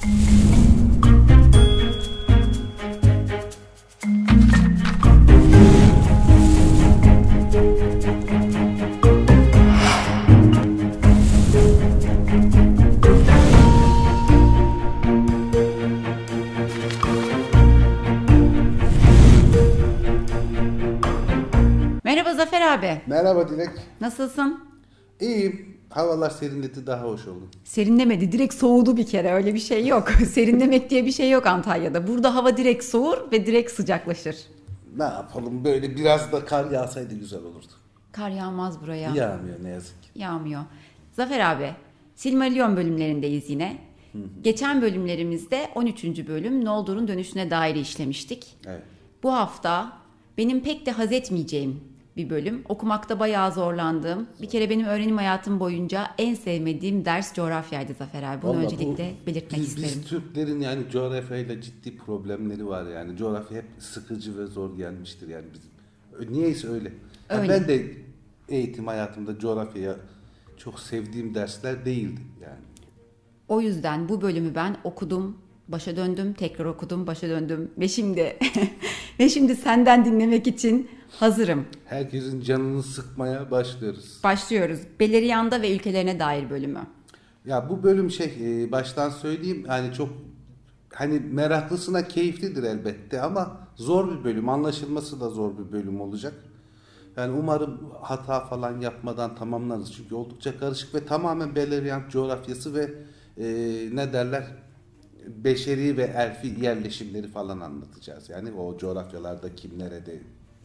Merhaba Zafer abi. Merhaba Dilek. Nasılsın? İyiyim. Havalar serinledi, daha hoş oldu. Serinlemedi, direkt soğudu bir kere, öyle bir şey yok. Serinlemek diye bir şey yok Antalya'da. Burada hava direkt soğur ve direkt sıcaklaşır. Ne yapalım, böyle biraz da kar yağsaydı güzel olurdu. Kar yağmaz buraya. Yağmıyor ne yazık ki. Yağmıyor. Zafer abi, Silmarillion bölümlerindeyiz yine. Geçen bölümlerimizde 13. bölüm Noldor'un dönüşüne dair işlemiştik. Evet. Bu hafta benim pek de haz etmeyeceğim bir bölüm. Okumakta bayağı zorlandığım. Bir kere benim öğrenim hayatım boyunca en sevmediğim ders coğrafyaydı Zafer abi. Bunu Vallahi öncelikle belirtmek isterim. Biz Türklerin yani coğrafyayla ciddi problemleri var yani. Coğrafya hep sıkıcı ve zor gelmiştir yani bizim. Niyeyse öyle. Ha, Öyle. ben de eğitim hayatımda coğrafyaya çok sevdiğim dersler değildi yani. O yüzden bu bölümü ben okudum, başa döndüm, tekrar okudum, başa döndüm ve şimdi ve şimdi senden dinlemek için hazırım. Herkesin canını sıkmaya başlıyoruz. Başlıyoruz. Beleriand'a ve ülkelerine dair bölümü. Ya bu bölüm baştan söyleyeyim, hani çok hani meraklısına keyiflidir elbette ama zor bir bölüm, anlaşılması da zor bir bölüm olacak. Yani umarım hata falan yapmadan tamamlarız çünkü oldukça karışık ve tamamen Beleriand coğrafyası ve ne derler, beşeri ve elfi yerleşimleri falan anlatacağız. Yani o coğrafyalarda kim nerede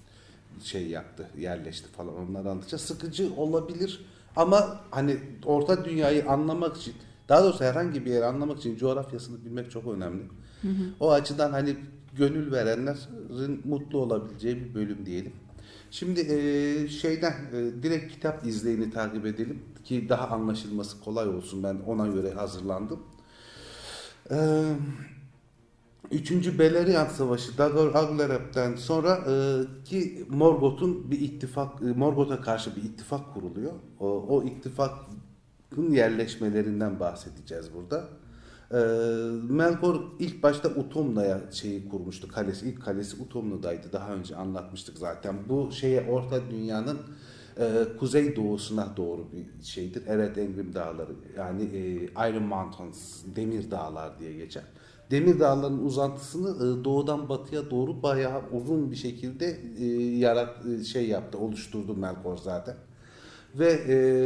yaptı, yerleşti falan, onları anlatacağız. Sıkıcı olabilir ama hani Orta Dünyayı anlamak için, daha doğrusu herhangi bir yeri anlamak için coğrafyasını bilmek çok önemli. O açıdan hani gönül verenlerin mutlu olabileceği bir bölüm diyelim. Şimdi direkt kitap izleyini takip edelim ki daha anlaşılması kolay olsun. Ben ona göre hazırlandım. Üçüncü Beleriand Savaşı, Dagor Aglareb'den sonra ki Morgoth'un bir ittifak, Morgoth'a karşı bir ittifak kuruluyor. O ittifakın yerleşmelerinden bahsedeceğiz burada. Melkor ilk başta Utumno'ya kurmuştu, kalesi. İlk kalesi Utumno'daydı. Daha önce anlatmıştık zaten. Bu Orta Dünya'nın kuzey doğusuna doğru bir şeydir. Evet, Engrim Dağları, yani Iron Mountains, Demir Dağlar diye geçer. Demir Dağları'nın uzantısını doğudan batıya doğru bayağı uzun bir şekilde oluşturdu Melkor zaten. Ve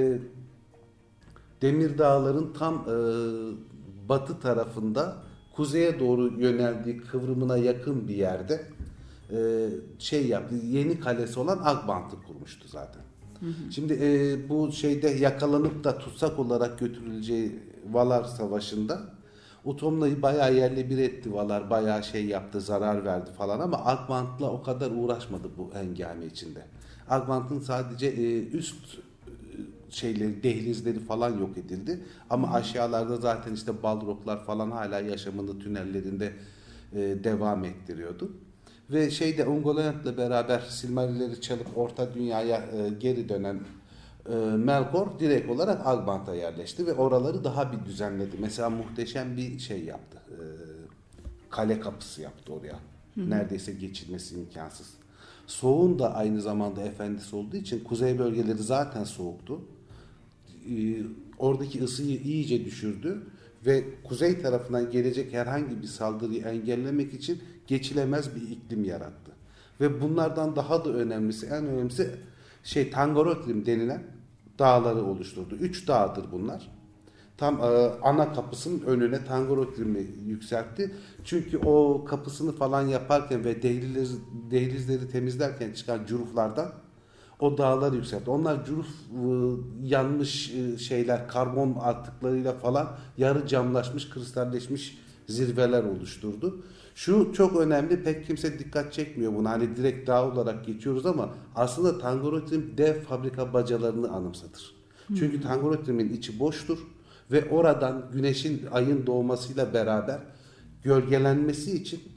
Demir Dağları'nın tam batı tarafında kuzeye doğru yöneldiği kıvrımına yakın bir yerde yaptı. Yeni kalesi olan Agbant'ı kurmuştu zaten. Şimdi bu yakalanıp da tutsak olarak götürüleceği Valar Savaşı'nda Utumno'yu bayağı yerle bir etti. Valar bayağı yaptı, zarar verdi falan ama Agbant'la o kadar uğraşmadı bu hengame içinde. Agbant'ın sadece üst dehlizleri falan yok edildi. Ama aşağılarda zaten Balroglar falan hala yaşamını tünellerinde devam ettiriyordu. Ve Ungoliant'la beraber Silmarilleri çalıp Orta Dünya'ya geri dönen Melkor direkt olarak Agbant'a yerleşti ve oraları daha bir düzenledi. Mesela muhteşem bir yaptı. Kale kapısı yaptı oraya. Neredeyse geçilmesi imkansız. Soğuğun da aynı zamanda efendisi olduğu için kuzey bölgeleri zaten soğuktu. Oradaki ısıyı iyice düşürdü ve kuzey tarafından gelecek herhangi bir saldırıyı engellemek için geçilemez bir iklim yarattı. Ve bunlardan daha da önemlisi, en önemlisi Tangorotrim denilen dağları oluşturdu. 3 dağdır bunlar. Tam ana kapısının önüne Tangorotrim'i yükseltti. Çünkü o kapısını falan yaparken ve dehlizleri temizlerken çıkan cüruflardan o dağlar yükseltti. Onlar cüruf yanmış karbon atıklarıyla falan yarı camlaşmış, kristalleşmiş zirveler oluşturdu. Şu çok önemli, pek kimse dikkat çekmiyor buna. Hani direkt dağ olarak geçiyoruz ama aslında Tangorotrim dev fabrika bacalarını anımsatır. Çünkü Tangorotrim'in içi boştur ve oradan güneşin, ayın doğmasıyla beraber gölgelenmesi için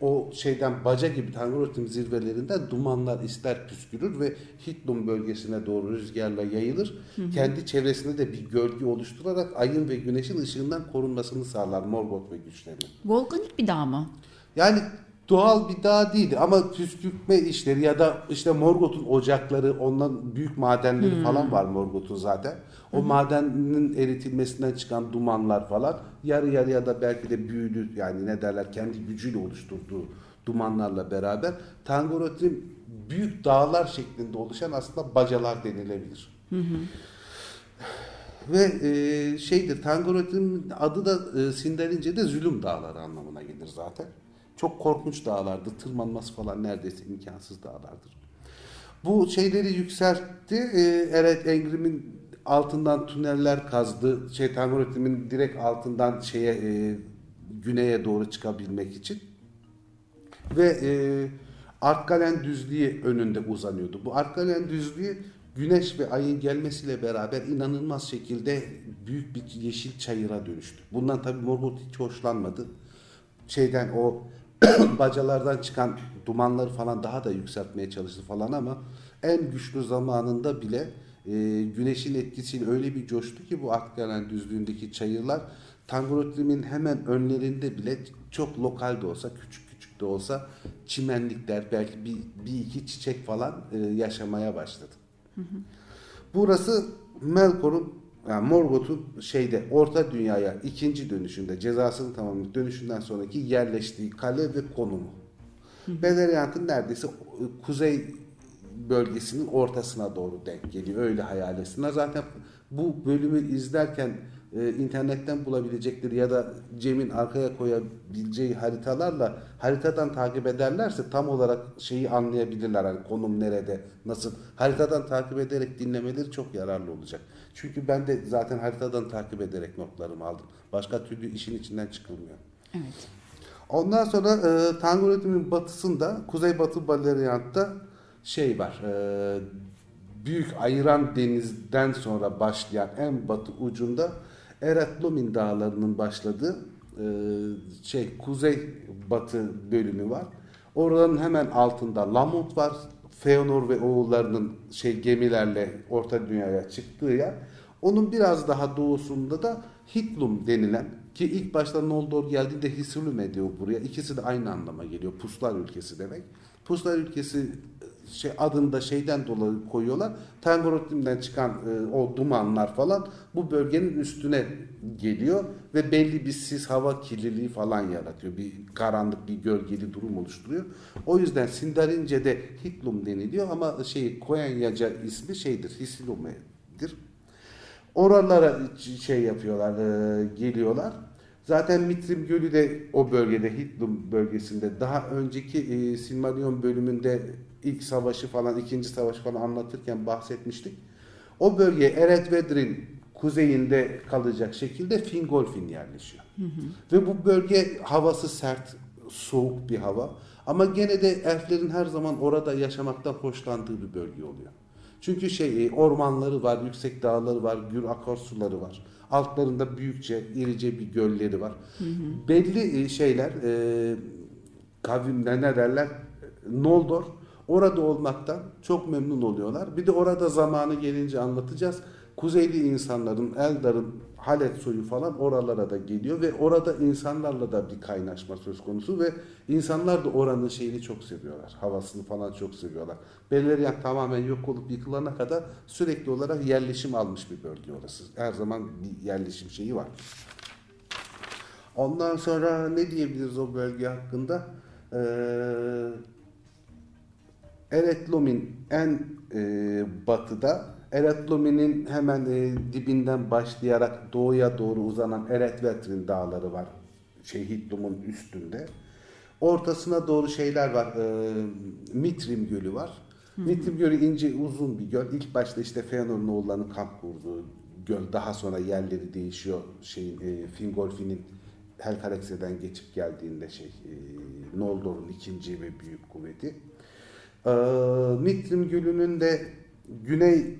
o şeyden baca gibi Tangorodrim zirvelerinden dumanlar ister püskürür ve Hitlum bölgesine doğru rüzgarla yayılır. Kendi çevresinde de bir gölge oluşturarak ayın ve güneşin ışığından korunmasını sağlar Morgoth ve güçlerini. Volkanik bir dağ mı? Yani doğal bir dağ değildi ama püskürtme işleri ya da işte Morgoth'un ocakları, ondan büyük madenleri falan var Morgoth'un zaten. O madenin eritilmesinden çıkan dumanlar falan yarı yarıya da belki de büyülü, yani ne derler, kendi gücüyle oluşturduğu dumanlarla beraber Tangorodrim büyük dağlar şeklinde oluşan aslında bacalar denilebilir. Ve şeydir, Tangorodrim'in adı da Sindarince'de zulüm dağları anlamına gelir zaten. Çok korkunç dağlardır. Tırmanması falan neredeyse imkansız dağlardır. Bu şeyleri yükseltti. Evet, Engrim'in altından tüneller kazdı. Tangorodrim'in direkt altından güneye doğru çıkabilmek için. Ve Arkgalen düzlüğü önünde uzanıyordu. Bu Arkgalen düzlüğü güneş ve ayın gelmesiyle beraber inanılmaz şekilde büyük bir yeşil çayıra dönüştü. Bundan tabii Morgoth hiç hoşlanmadı. O bacalardan çıkan dumanları falan daha da yükseltmeye çalıştı falan ama en güçlü zamanında bile güneşin etkisiyle öyle bir coştu ki bu Arkgalen düzlüğündeki çayırlar Tangorodrim'in hemen önlerinde bile çok lokal de olsa, küçük küçük de olsa çimenlikler, belki bir iki çiçek falan yaşamaya başladı. Burası Melkor'un, yani Morgoth'un Orta Dünya'ya ikinci dönüşünde, cezasını tamamlayıp dönüşünden sonraki yerleştiği kale ve konumu. Beleriand'ın neredeyse kuzey bölgesinin ortasına doğru denk geliyor. Öyle hayal etsinler. Zaten bu bölümü izlerken internetten bulabilecekleri ya da Cem'in arkaya koyabileceği haritadan takip ederlerse tam olarak şeyi anlayabilirler. Yani konum nerede, nasıl. Haritadan takip ederek dinlemeleri çok yararlı olacak. Çünkü ben de zaten haritadan takip ederek notlarımı aldım. Başka türlü işin içinden çıkılmıyor. Evet. Ondan sonra Tangorodrim'in batısında, Kuzeybatı Beleriand'da var. Büyük ayıran denizden sonra başlayan en batı ucunda Eretlomin dağlarının başladığı kuzey batı bölümü var. Oranın hemen altında Lamont var. Feanor ve oğullarının gemilerle Orta Dünya'ya çıktığı yer. Onun biraz daha doğusunda da Hitlum denilen, ki ilk başta Noldor geldiğinde Hisülüm ediyor buraya. İkisi de aynı anlama geliyor. Puslar ülkesi demek. Puslar ülkesi adını da dolayı koyuyorlar. Tangorodrim'den çıkan o dumanlar falan bu bölgenin üstüne geliyor ve belli bir sis hava kirliliği falan yaratıyor. Bir karanlık, bir gölgeli durum oluşturuyor. O yüzden Sindarince'de Hitlum deniliyor ama Koenyaca ismi Hisülüm'dir. Oralara yapıyorlar, geliyorlar. Zaten Mitrim Gölü de o bölgede, Hitlum bölgesinde. Daha önceki Silmarillion bölümünde ilk savaşı falan, ikinci savaşı falan anlatırken bahsetmiştik. O bölgeye Eretvedr'in kuzeyinde kalacak şekilde Fingolfin yerleşiyor. Ve bu bölge havası sert, soğuk bir hava. Ama gene de elflerin her zaman orada yaşamaktan hoşlandığı bir bölge oluyor. Çünkü ormanları var, yüksek dağları var, gür akarsuları var. Altlarında büyükçe, irice bir gölleri var. Belli kavimler ne derler? Noldor orada olmaktan çok memnun oluyorlar. Bir de orada zamanı gelince anlatacağız. Kuzeyli insanların, Eldar'ın Halet soyu falan oralara da geliyor ve orada insanlarla da bir kaynaşma söz konusu ve insanlar da oranın çok seviyorlar. Havasını falan çok seviyorlar. Beleriand tamamen yok olup yıkılana kadar sürekli olarak yerleşim almış bir bölge orası. Her zaman bir yerleşim var. Ondan sonra ne diyebiliriz o bölge hakkında? Eretlomin en batıda, Eretlomin'in hemen dibinden başlayarak doğuya doğru uzanan Eretvedr'in dağları var. Hitlum'un üstünde. Ortasına doğru var. Mitrim Gölü var. Mitrim Gölü ince, uzun bir göl. İlk başta Feanor'un oğullarının kamp kurduğu göl. Daha sonra yerleri değişiyor. Fingolfin'in Helcarax'den geçip geldiğinde Noldor'un ikinci ve büyük kuvveti. Mitrim Gölü'nün de güney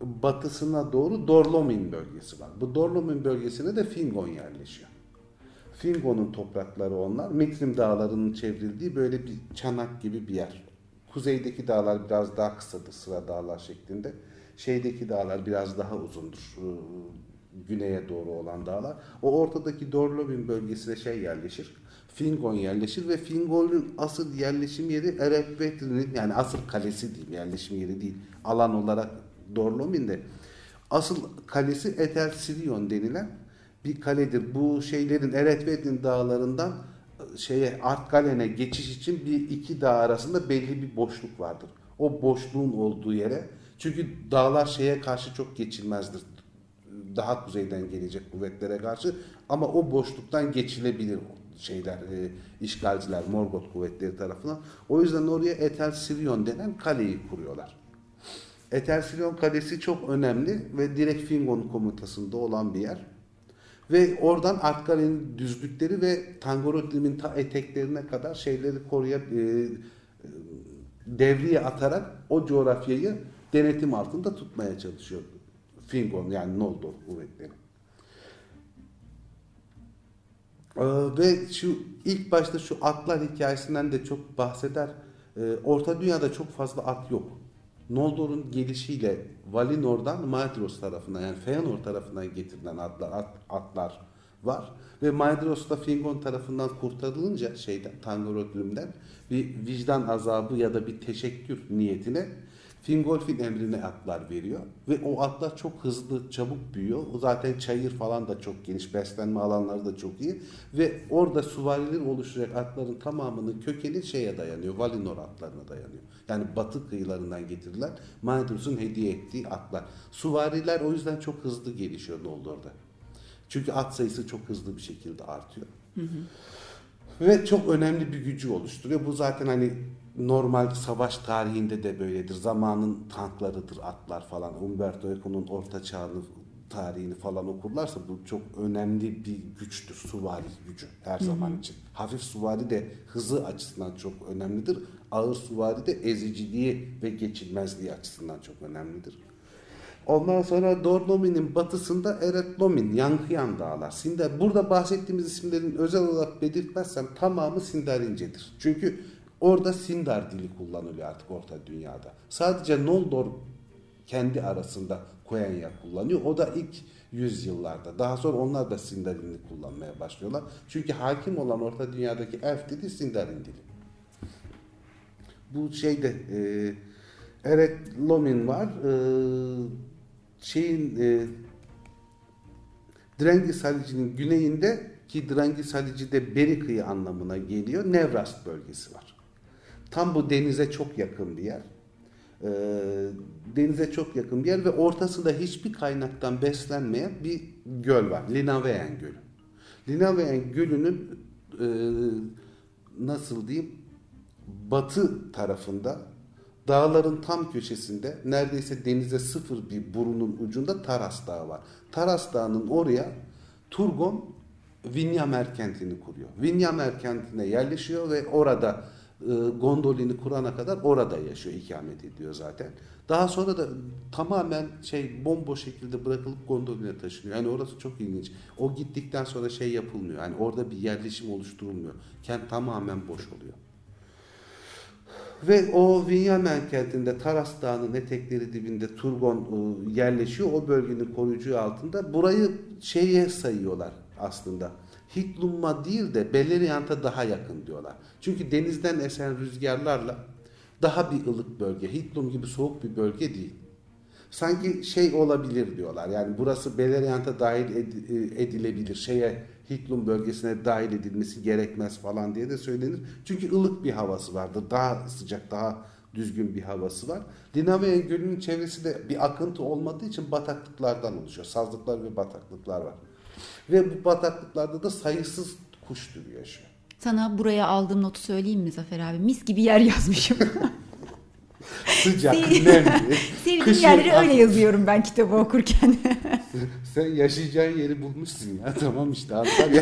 batısına doğru Dorlomin bölgesi var. Bu Dorlomin bölgesine de Fingon yerleşiyor. Fingon'un toprakları onlar. Mitrim dağlarının çevrildiği böyle bir çanak gibi bir yer. Kuzeydeki dağlar biraz daha kısadır, sıra dağlar şeklinde. Şeydeki dağlar biraz daha uzundur. Güneye doğru olan dağlar. O ortadaki Dorlomin bölgesine şey yerleşir. Fingon yerleşir ve Fingon'un asıl yerleşim yeri Eretvetri'nin, yani asıl kalesi diyeyim, yerleşim yeri değil. Alan olarak Dorlomin'de. Asıl kalesi Etel-Sirion denilen bir kaledir. Bu şeylerin, Eretvedin dağlarından Artgalen'e geçiş için bir iki dağ arasında belli bir boşluk vardır. O boşluğun olduğu yere, çünkü dağlar şeye karşı çok geçilmezdir. Daha kuzeyden gelecek kuvvetlere karşı, ama o boşluktan geçilebilir işgalciler, Morgoth kuvvetleri tarafından. O yüzden oraya Etel-Sirion denen kaleyi kuruyorlar. Etel-Sirion kalesi çok önemli ve direkt Fingon'un komutasında olan bir yer. Ve oradan Artgalen'in düzlükleri ve Tangorodrim'in ta eteklerine kadar şeyleri devriye atarak o coğrafyayı denetim altında tutmaya çalışıyor Fingon, yani Noldor kuvvetleri. Ve şu ilk başta şu atlar hikayesinden de çok bahseder. Orta Dünya'da çok fazla at yok. Noldor'un gelişiyle Valinor'dan Maedhros tarafından, yani Feanor tarafından getirilen atlar var. Ve Maedhros da Fingon tarafından kurtarılınca Tangorodrim'den bir vicdan azabı ya da bir teşekkür niyetine Fingolfin emrine atlar veriyor. Ve o atlar çok hızlı, çabuk büyüyor. O zaten çayır falan da çok geniş, beslenme alanları da çok iyi. Ve orada süvariler oluşacak atların tamamının kökeni dayanıyor, Valinor atlarına dayanıyor. Yani batı kıyılarından getirilen Maedhros'un hediye ettiği atlar. Süvariler o yüzden çok hızlı gelişiyor Noldor'da. Çünkü at sayısı çok hızlı bir şekilde artıyor. Hı hı. Ve çok önemli bir gücü oluşturuyor. Bu zaten hani normal savaş tarihinde de böyledir. Zamanın tanklarıdır atlar falan. Umberto Eco'nun Orta Çağ'ın tarihini falan okurlarsa bu çok önemli bir güçtür. Süvari gücü her zaman için. Hafif süvari de hızı açısından çok önemlidir. Ağır süvari de eziciliği ve geçilmezliği açısından çok önemlidir. Ondan sonra Dorlomin'in batısında Eretlomin, Yankıyan dağlar. Burada bahsettiğimiz isimlerin özel olarak belirtmezsem tamamı Sindarincedir. Çünkü orada Sindar dili kullanılıyor artık Orta Dünya'da. Sadece Noldor kendi arasında Quenya kullanıyor. O da ilk yüzyıllarda. Daha sonra onlar da Sindarin'i kullanmaya başlıyorlar. Çünkü hakim olan Orta Dünya'daki elf dili Sindarin dili. Bu Eretlomin var. Drengis Halici'nin güneyinde, ki Drengis Halici de beri kıyı anlamına geliyor, Nevrast bölgesi var. Tam bu denize çok yakın bir yer. Denize çok yakın bir yer ve ortasında hiçbir kaynaktan beslenmeyen bir göl var. Linaveyen Gölü. Linaveyen Gölü'nün nasıl diyeyim, batı tarafında, dağların tam köşesinde, neredeyse denize sıfır bir burunun ucunda Taras Dağı var. Taras Dağı'nın oraya Turgon Vinyamer kentini kuruyor. Vinyamer kentine yerleşiyor ve orada Gondolin'i kurana kadar orada yaşıyor, ikamet ediyor zaten. Daha sonra da tamamen bomboş şekilde bırakılıp Gondolin'e taşınıyor. Yani orası çok ilginç. O gittikten sonra yapılmıyor. Yani orada bir yerleşim oluşturulmuyor. Kent tamamen boş oluyor. Ve o Vinyamen kentinde Taras Dağı'nın etekleri dibinde Turgon yerleşiyor. O bölgenin koruyucu altında. Burayı sayıyorlar aslında. Hitlum'a değil de Beleriand'a daha yakın diyorlar. Çünkü denizden esen rüzgarlarla daha bir ılık bölge. Hitlum gibi soğuk bir bölge değil. Sanki olabilir diyorlar. Yani burası Beleriand'a dahil edilebilir. Hitlum bölgesine dahil edilmesi gerekmez falan diye de söylenir. Çünkü ılık bir havası vardır. Daha sıcak, daha düzgün bir havası var. Linaveyen Gölü'nün çevresi de bir akıntı olmadığı için bataklıklardan oluşuyor. Sazlıklar ve bataklıklar var. Ve bu bataklıklarda da sayısız kuş türü yaşıyor. Sana buraya aldığım notu söyleyeyim mi Zafer abi? Mis gibi yer yazmışım. Sıcak, nemli. Sevdiğim yerleri öyle yazıyorum ben kitabı okurken. Sen yaşayacağın yeri bulmuşsun ya. Tamam işte Antalya.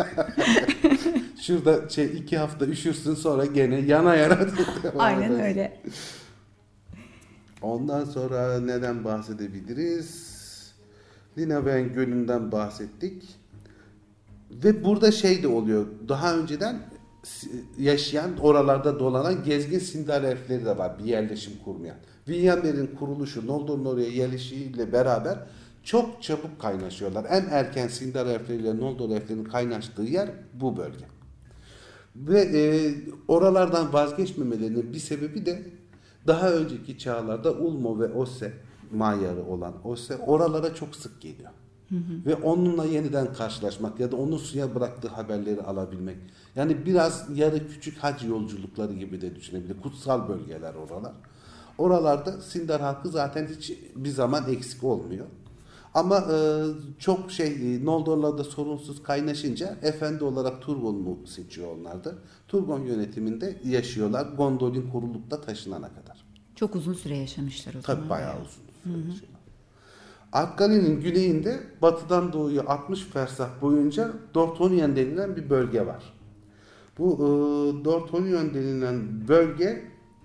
Şurada 2 hafta üşürsün, sonra gene yana yana. Aynen öyle. Ondan sonra neden bahsedebiliriz? Linaveyen Gölü'nden bahsettik. Ve burada şey de oluyor. Daha önceden yaşayan, oralarda dolanan gezgin Sindar elfleri de var. Bir yerleşim kurmayan. Vinyamer'in kuruluşu, Noldor'un oraya yerleşiyle beraber çok çabuk kaynaşıyorlar. En erken Sindar elfleriyle Noldor elflerinin kaynaştığı yer bu bölge. Ve oralardan vazgeçmemelerinin bir sebebi de daha önceki çağlarda Ulmo ve Osse, Manyarı olan Osse oralara çok sık geliyor. Ve onunla yeniden karşılaşmak ya da onun suya bıraktığı haberleri alabilmek. Yani biraz yarı küçük hac yolculukları gibi de düşünebilir. Kutsal bölgeler oralar. Oralarda Sindar halkı zaten hiç bir zaman eksik olmuyor. Ama çok Noldor'la da sorunsuz kaynaşınca efendi olarak Turgon'u seçiyor onlar da. Turgon yönetiminde yaşıyorlar Gondolin kurulup da taşınana kadar. Çok uzun süre yaşamışlar o zaman. Tabii bayağı uzun süre yaşıyorlar. Akkale'nin güneyinde batıdan doğuya 60 fersah boyunca Dorthonion denilen bir bölge var. Bu Dorthonion denilen bölge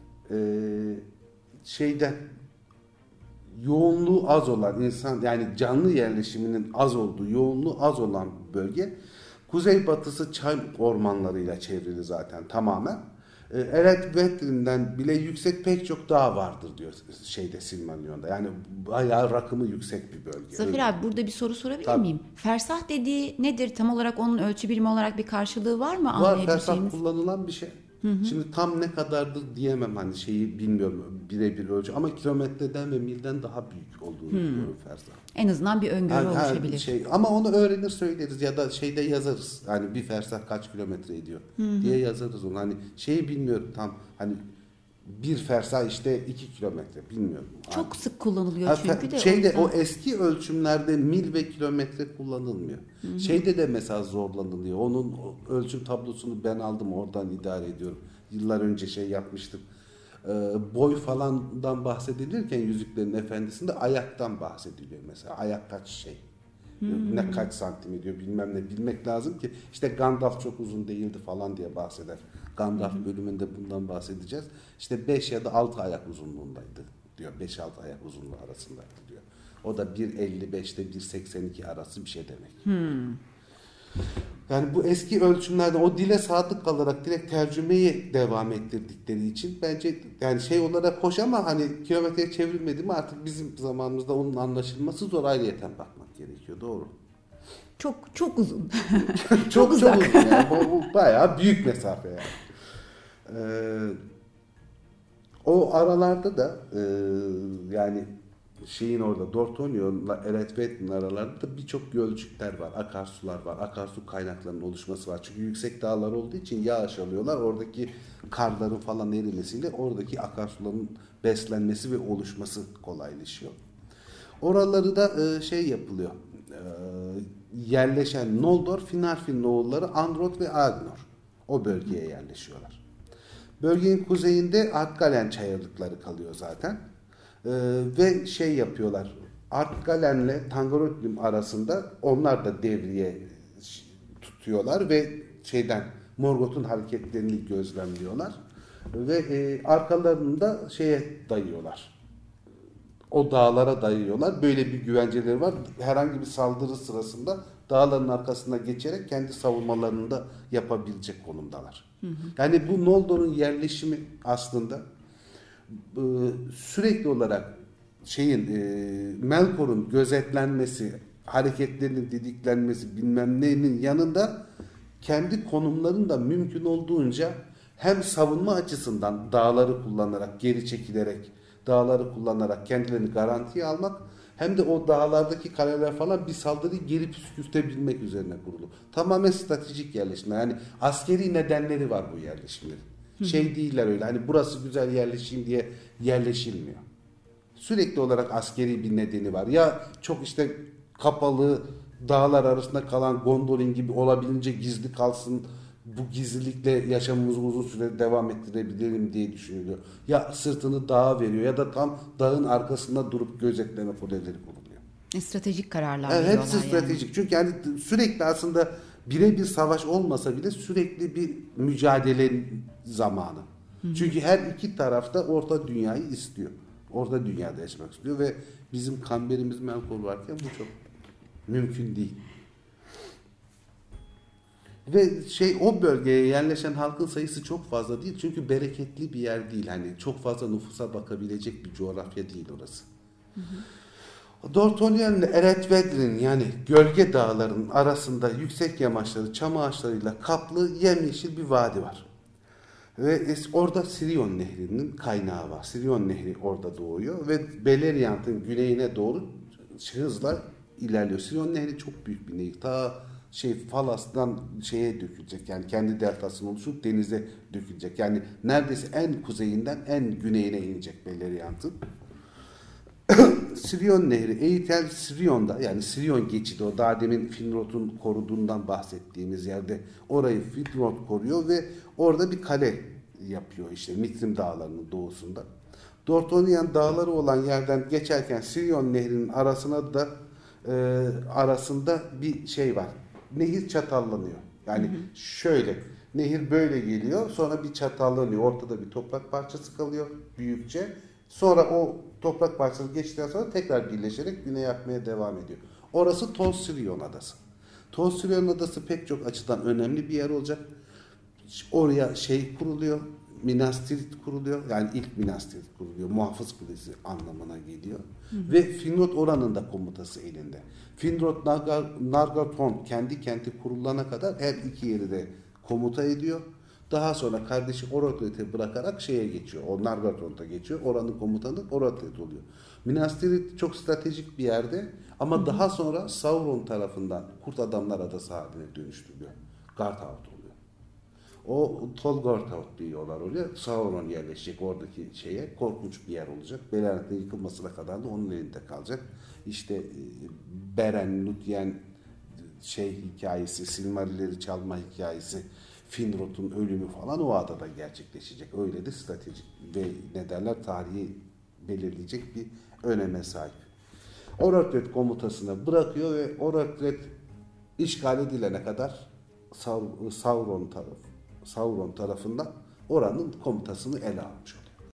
yoğunluğu az olan insan, yani canlı yerleşiminin az olduğu, yoğunluğu az olan bölge. Kuzeybatısı çay ormanlarıyla çevrili zaten tamamen. Eretvetrin'den bile yüksek pek çok dağ vardır diyor Silmarillion'da. Yani bayağı rakımı yüksek bir bölge. Zafer abi burada bir soru sorabilir miyim? Fersah dediği nedir? Tam olarak onun ölçü birimi olarak bir karşılığı var mı? Var, fersah kullanılan bir şey. Şimdi tam ne kadardır diyemem, hani şeyi bilmiyorum birebir ölçü, ama kilometreden ve milden daha büyük olduğunu biliyorum fersah. En azından bir öngörü oluşabilir. Ama onu öğrenir söyleriz ya da şeyde yazarız. Hani bir fersah kaç kilometre ediyor diye yazarız onu. Hani şeyi bilmiyorum tam, hani bir fersah işte 2 kilometre bilmiyorum. Çok sık kullanılıyor çünkü de. O eski ölçümlerde mil ve kilometre kullanılmıyor. Şeyde de mesela zorlanılıyor. Onun ölçüm tablosunu ben aldım, oradan idare ediyorum. Yıllar önce yapmıştım. Boy falandan bahsedilirken Yüzüklerin Efendisi'nde ayaktan bahsediliyor mesela. Ayak kaç ne kaç santim ediyor bilmem ne bilmek lazım ki işte Gandalf çok uzun değildi falan diye bahseder. Gandalf bölümünde bundan bahsedeceğiz. İşte 5 ya da 6 ayak uzunluğundaydı diyor. 5-6 ayak uzunluğu arasındaydı diyor. O da 1.55'te 1.82 arası bir şey demek. Yani bu eski ölçümlerde o dile sadık kalarak direkt tercümeyi devam ettirdikleri için bence yani olarak hoş, ama hani kilometreye çevrilmedi mi artık bizim zamanımızda onun anlaşılması zor, ayrıyeten bakmak gerekiyor. Doğru. Çok uzun. çok uzun yani. Bu bayağı büyük mesafe yani. O aralarda da yani orada Dortholion'la Eretvetrin aralarında da birçok gölcükler var, akarsular var, akarsu kaynaklarının oluşması var. Çünkü yüksek dağlar olduğu için yağış alıyorlar. Oradaki karların falan erimesiyle oradaki akarsuların beslenmesi ve oluşması kolaylaşıyor. Oraları da yapılıyor. Yerleşen Noldor, Finarfin oğulları Androth ve Agnor o bölgeye yerleşiyorlar. Bölgenin kuzeyinde Akkalen çayırlıkları kalıyor zaten. Ve yapıyorlar. Akkale'nle Tangorothrim arasında onlar da devriye tutuyorlar ve Morgoth'un hareketlerini gözlemliyorlar. Ve arkalarında dayıyorlar. O dağlara dayıyorlar. Böyle bir güvenceleri var. Herhangi bir saldırı sırasında dağların arkasına geçerek kendi savunmalarını da yapabilecek konumdalar. Yani bu Noldor'un yerleşimi aslında sürekli olarak Melkor'un gözetlenmesi, hareketlerinin didiklenmesi bilmem neyin yanında kendi konumlarını da mümkün olduğunca hem savunma açısından dağları kullanarak, geri çekilerek, dağları kullanarak kendilerini garantiye almak, hem de o dağlardaki kaleler falan bir saldırıyı geri püskürtebilmek üzerine kurulu. Tamamen stratejik yerleşimler. Yani askeri nedenleri var bu yerleşimlerin. Değiller öyle. Hani burası güzel yerleşeyim diye yerleşilmiyor. Sürekli olarak askeri bir nedeni var. Ya çok kapalı dağlar arasında kalan Gondolin gibi olabildiğince gizli kalsın, bu gizlilikle yaşamımızı uzun süre devam ettirebilirim diye düşünülüyor. Ya sırtını dağa veriyor ya da tam dağın arkasında durup gözetleme kuleleri kuruluyor. Stratejik kararlar veriyorlar. Hepsi stratejik. Çünkü yani sürekli aslında birebir savaş olmasa bile sürekli bir mücadele zamanı. Çünkü her iki tarafta Orta Dünya'yı istiyor. Orta Dünya'da yaşamak istiyor ve bizim kamberimiz Melkor varken bu çok mümkün değil. Ve o bölgeye yerleşen halkın sayısı çok fazla değil. Çünkü bereketli bir yer değil. Hani çok fazla nüfusa bakabilecek bir coğrafya değil orası. Dortolion ile Eretvedrin yani gölge dağların arasında yüksek yamaçları çam ağaçlarıyla kaplı yemyeşil bir vadi var. Ve orada Sirion Nehri'nin kaynağı var. Sirion Nehri orada doğuyor ve Beleriand'ın güneyine doğru hızla ilerliyor. Sirion Nehri çok büyük bir nehir. Ta Falas'tan dökülecek. Yani kendi deltasını oluşturup denize dökülecek. Yani neredeyse en kuzeyinden en güneyine inecek Beleriand'ın. Sirion Nehri, Eyitel Sirion'da yani Sirion geçidi o daha demin Finrod'un koruduğundan bahsettiğimiz yerde orayı Finrod koruyor ve orada bir kale yapıyor Mitrim Dağları'nın doğusunda. Dortolion Dağları olan yerden geçerken Sirion Nehri'nin arasında bir var. Nehir çatallanıyor. Yani şöyle nehir böyle geliyor sonra bir çatallanıyor. Ortada bir toprak parçası kalıyor büyükçe. Sonra o toprak parçası geçtikten sonra tekrar birleşerek güneye akmaya devam ediyor. Orası Tol Sirion Adası. Tol Sirion Adası pek çok açıdan önemli bir yer olacak. Oraya kuruluyor. Minas Tirith kuruluyor. Yani ilk Minas Tirith kuruluyor. Muhafız Kulesi anlamına geliyor. Ve Finrod oranın da komutası elinde. Finrod Nargothrond kendi kenti kurulana kadar her iki yeri de komuta ediyor. Daha sonra kardeşi Orodret'i bırakarak geçiyor. O Nargothrond'a geçiyor. Oranın komutanı Orodret oluyor. Minas Tirith çok stratejik bir yerde ama daha sonra Sauron tarafından Kurt Adamlar Adası haline dönüştürülüyor. Garthaud oluyor. O Tol Garthaud diyorlar oraya. Sauron yerleşecek oradaki korkunç bir yer olacak. Beleriand'ın yıkılmasına kadar da onun elinde kalacak. Beren, Lúthien hikayesi, Silmarilleri çalma hikayesi, Finrod'un ölümü falan o adada gerçekleşecek. Öyle de stratejik ve tarihi belirleyecek bir öneme sahip. Orodret komutasına bırakıyor ve Orodret işgal edilene kadar Sauron tarafından oranın komutasını ele almış oluyor.